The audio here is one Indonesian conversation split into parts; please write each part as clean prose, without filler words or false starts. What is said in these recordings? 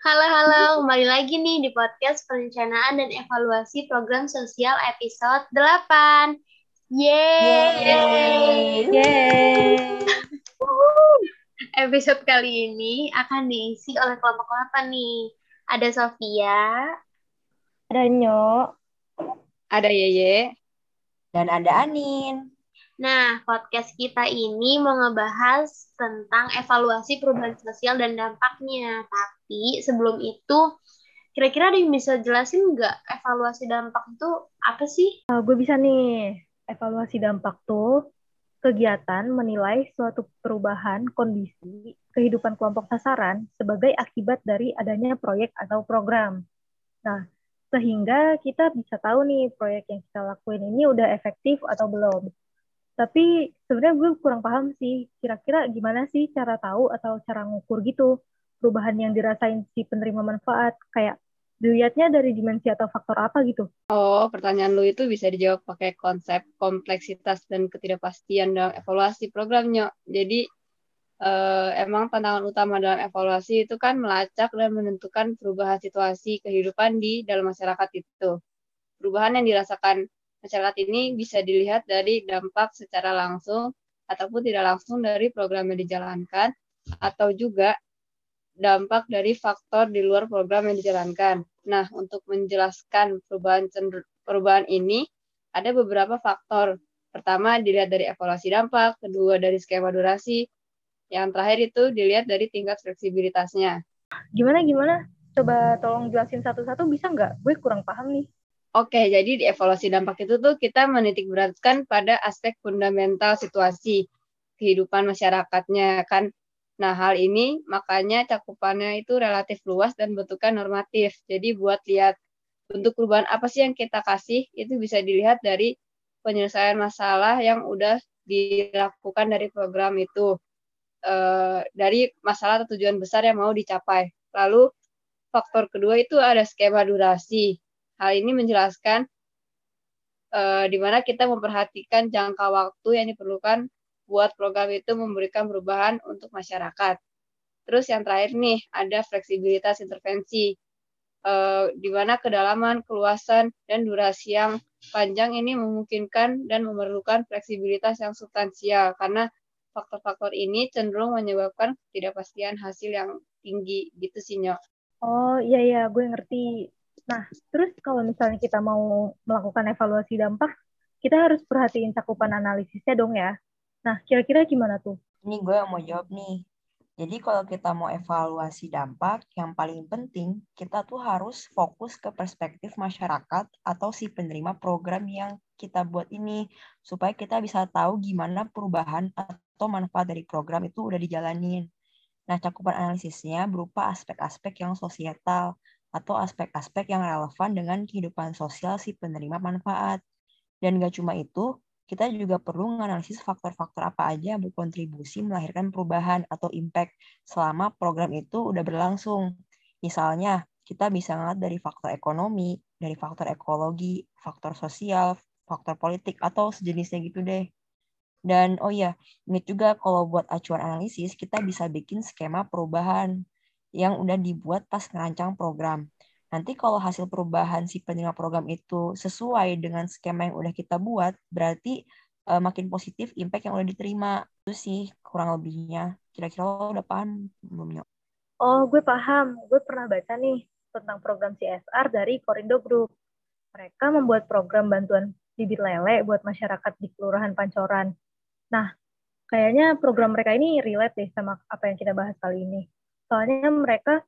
Halo, kembali lagi nih di podcast Perencanaan dan Evaluasi Program Sosial episode 8. Yeay! Yeay. Yeay. Episode kali ini akan diisi oleh kelompok apa nih? Ada Sofia, Ada Nyok. Ada Yeye. Dan ada Anin. Nah, podcast kita ini mau ngebahas tentang evaluasi perubahan sosial dan dampaknya. Tapi sebelum itu, kira-kira ada yang bisa jelasin nggak evaluasi dampak itu apa sih? Gue bisa nih, evaluasi dampak tuh kegiatan menilai suatu perubahan kondisi kehidupan kelompok sasaran sebagai akibat dari adanya proyek atau program. Nah, sehingga kita bisa tahu nih proyek yang kita lakuin ini udah efektif atau belum. Tapi sebenarnya gue kurang paham sih, kira-kira gimana sih cara tahu atau cara ngukur gitu perubahan yang dirasain si penerima manfaat, kayak dilihatnya dari dimensi atau faktor apa gitu. Oh, pertanyaan lu itu bisa dijawab pakai konsep kompleksitas dan ketidakpastian dalam evaluasi programnya. Jadi, emang tantangan utama dalam evaluasi itu kan melacak dan menentukan perubahan situasi kehidupan di dalam masyarakat itu. Perubahan yang dirasakan masyarakat ini bisa dilihat dari dampak secara langsung ataupun tidak langsung dari program yang dijalankan, atau juga dampak dari faktor di luar program yang dijalankan. Nah, untuk menjelaskan perubahan ini, ada beberapa faktor. Pertama, dilihat dari evaluasi dampak, kedua dari skema durasi, yang terakhir itu dilihat dari tingkat fleksibilitasnya. Gimana? Coba tolong jelasin satu-satu bisa nggak? Gue kurang paham nih. Oke, jadi di evaluasi dampak itu tuh kita menitikberatkan pada aspek fundamental situasi kehidupan masyarakatnya kan. Nah, hal ini makanya cakupannya itu relatif luas dan bentuknya normatif. Jadi buat lihat bentuk perubahan apa sih yang kita kasih, itu bisa dilihat dari penyelesaian masalah yang udah dilakukan dari program itu. Dari masalah atau tujuan besar yang mau dicapai. Lalu faktor kedua itu ada skema durasi. Hal ini menjelaskan di mana kita memperhatikan jangka waktu yang diperlukan buat program itu memberikan perubahan untuk masyarakat. Terus yang terakhir nih, ada fleksibilitas intervensi, di mana kedalaman, keluasan, dan durasi yang panjang ini memungkinkan dan memerlukan fleksibilitas yang substansial, karena faktor-faktor ini cenderung menyebabkan ketidakpastian hasil yang tinggi, gitu sih, Nyok. Oh iya, gue ngerti. Nah, terus kalau misalnya kita mau melakukan evaluasi dampak, kita harus perhatiin cakupan analisisnya dong ya. Nah, kira-kira gimana tuh? Ini gue yang mau jawab nih. Jadi kalau kita mau evaluasi dampak, yang paling penting kita tuh harus fokus ke perspektif masyarakat atau si penerima program yang kita buat ini, supaya kita bisa tahu gimana perubahan atau manfaat dari program itu udah dijalanin. Nah, cakupan analisisnya berupa aspek-aspek yang sosial atau aspek-aspek yang relevan dengan kehidupan sosial si penerima manfaat. Dan nggak cuma itu, kita juga perlu menganalisis faktor-faktor apa aja yang berkontribusi melahirkan perubahan atau impact selama program itu udah berlangsung. Misalnya, kita bisa ngeliat dari faktor ekonomi, dari faktor ekologi, faktor sosial, faktor politik, atau sejenisnya gitu deh. Dan oh iya, ingat juga kalau buat acuan analisis, kita bisa bikin skema perubahan yang udah dibuat pas ngerancang program. Nanti kalau hasil perubahan si penerima program itu sesuai dengan skema yang udah kita buat, berarti makin positif impact yang udah diterima. Itu sih kurang lebihnya. Kira-kira lo udah paham belum, Nyok? Oh, gue paham. Gue pernah baca nih tentang program CSR dari Korindo Group. Mereka membuat program bantuan bibit lele buat masyarakat di Kelurahan Pancoran. Nah, kayaknya program mereka ini relate deh sama apa yang kita bahas kali ini. Soalnya mereka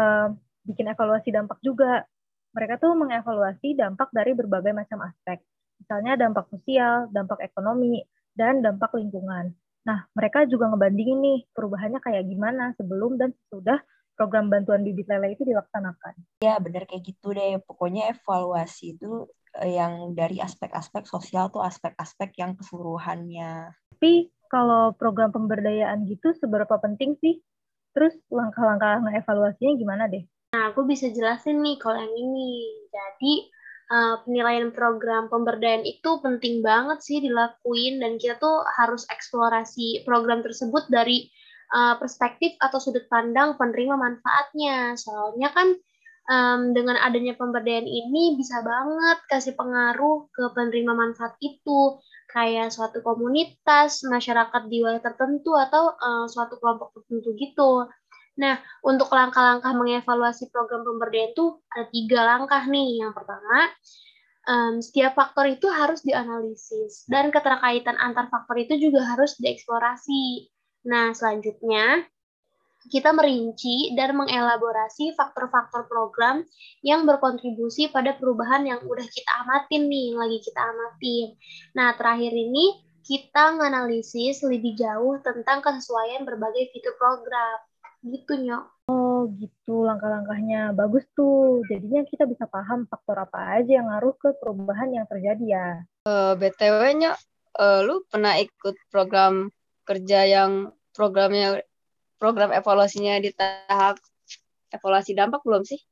bikin evaluasi dampak juga. Mereka tuh mengevaluasi dampak dari berbagai macam aspek. Misalnya dampak sosial, dampak ekonomi, dan dampak lingkungan. Nah, mereka juga ngebandingin nih perubahannya kayak gimana sebelum dan sesudah program bantuan bibit lele itu dilaksanakan. Ya, benar kayak gitu deh. Pokoknya evaluasi itu yang dari aspek-aspek sosial tuh aspek-aspek yang keseluruhannya. Tapi kalau program pemberdayaan gitu seberapa penting sih? Terus langkah-langkah ngevaluasinya gimana deh? Nah, aku bisa jelasin nih kalau yang ini. Jadi, penilaian program pemberdayaan itu penting banget sih dilakuin dan kita tuh harus eksplorasi program tersebut dari perspektif atau sudut pandang penerima manfaatnya. Soalnya kan dengan adanya pemberdayaan ini bisa banget kasih pengaruh ke penerima manfaat itu, kayak suatu komunitas, masyarakat di wilayah tertentu, atau suatu kelompok tertentu gitu. Nah, untuk langkah-langkah mengevaluasi program pemberdayaan itu ada 3 langkah nih. Yang pertama, setiap faktor itu harus dianalisis, dan keterkaitan antar faktor itu juga harus dieksplorasi. Nah, selanjutnya, kita merinci dan mengelaborasi faktor-faktor program yang berkontribusi pada perubahan yang udah kita amatin nih, yang lagi kita amatin. Nah, terakhir ini kita menganalisis lebih jauh tentang kesesuaian berbagai fitur program. Gitu, Nyok. Oh gitu langkah-langkahnya. Bagus tuh. Jadinya kita bisa paham faktor apa aja yang ngaruh ke perubahan yang terjadi ya. BTW-nya, lu pernah ikut program kerja yang program evaluasinya di tahap evaluasi dampak belum sih?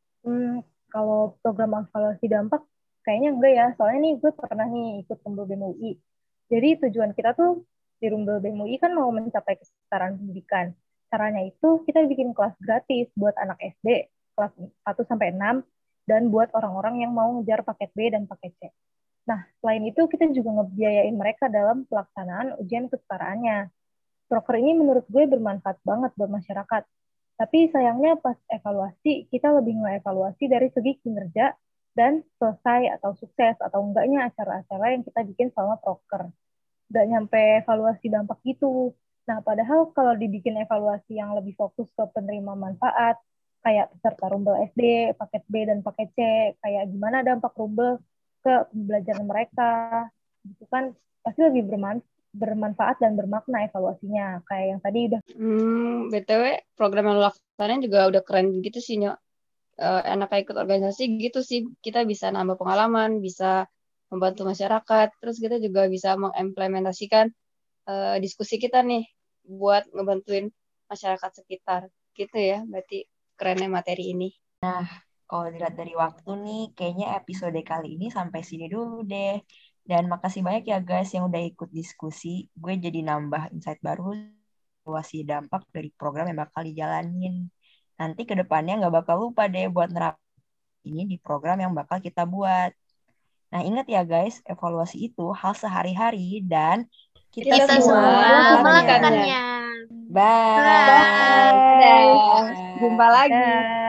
Kalau program evaluasi dampak kayaknya enggak ya. Soalnya nih gue pernah nih ikut Rumbel BEM UI. Jadi tujuan kita tuh di Rumbel BEM UI kan mau mencapai kesetaraan pendidikan. Caranya itu kita bikin kelas gratis buat anak SD kelas 1 sampai 6 dan buat orang-orang yang mau ngejar paket B dan paket C. Nah, selain itu kita juga ngebiayain mereka dalam pelaksanaan ujian kesetaraannya. Proker ini menurut gue bermanfaat banget buat masyarakat. Tapi sayangnya pas evaluasi, kita lebih nge-evaluasi dari segi kinerja dan selesai atau sukses atau enggaknya acara-acara yang kita bikin selama proker. Nggak nyampe evaluasi dampak gitu. Nah, padahal kalau dibikin evaluasi yang lebih fokus ke penerima manfaat, kayak peserta Rumbel SD, paket B, dan paket C, kayak gimana dampak Rumbel ke pembelajaran mereka, gitu kan, pasti lebih bermanfaat dan bermakna evaluasinya. Kayak yang tadi udah. BTW, program yang lu laksanain juga udah keren gitu sih, Nyok. Enak kayak ikut organisasi gitu sih. Kita bisa nambah pengalaman, bisa membantu masyarakat, terus kita juga bisa mengimplementasikan diskusi kita nih buat ngebantuin masyarakat sekitar gitu ya. Berarti kerennya materi ini. Kalau dilihat dari waktu nih, kayaknya episode kali ini sampai sini dulu deh. Dan makasih banyak ya guys yang udah ikut diskusi. Gue jadi nambah insight baru, evaluasi dampak dari program yang bakal dijalanin. Nanti ke depannya nggak bakal lupa deh buat nerapin ini di program yang bakal kita buat. Nah, ingat ya guys, evaluasi itu hal sehari-hari dan kita Kita semua semua melakukannya. melakukannya. Bye. Bye. Dadah. Jumpa lagi. Dah.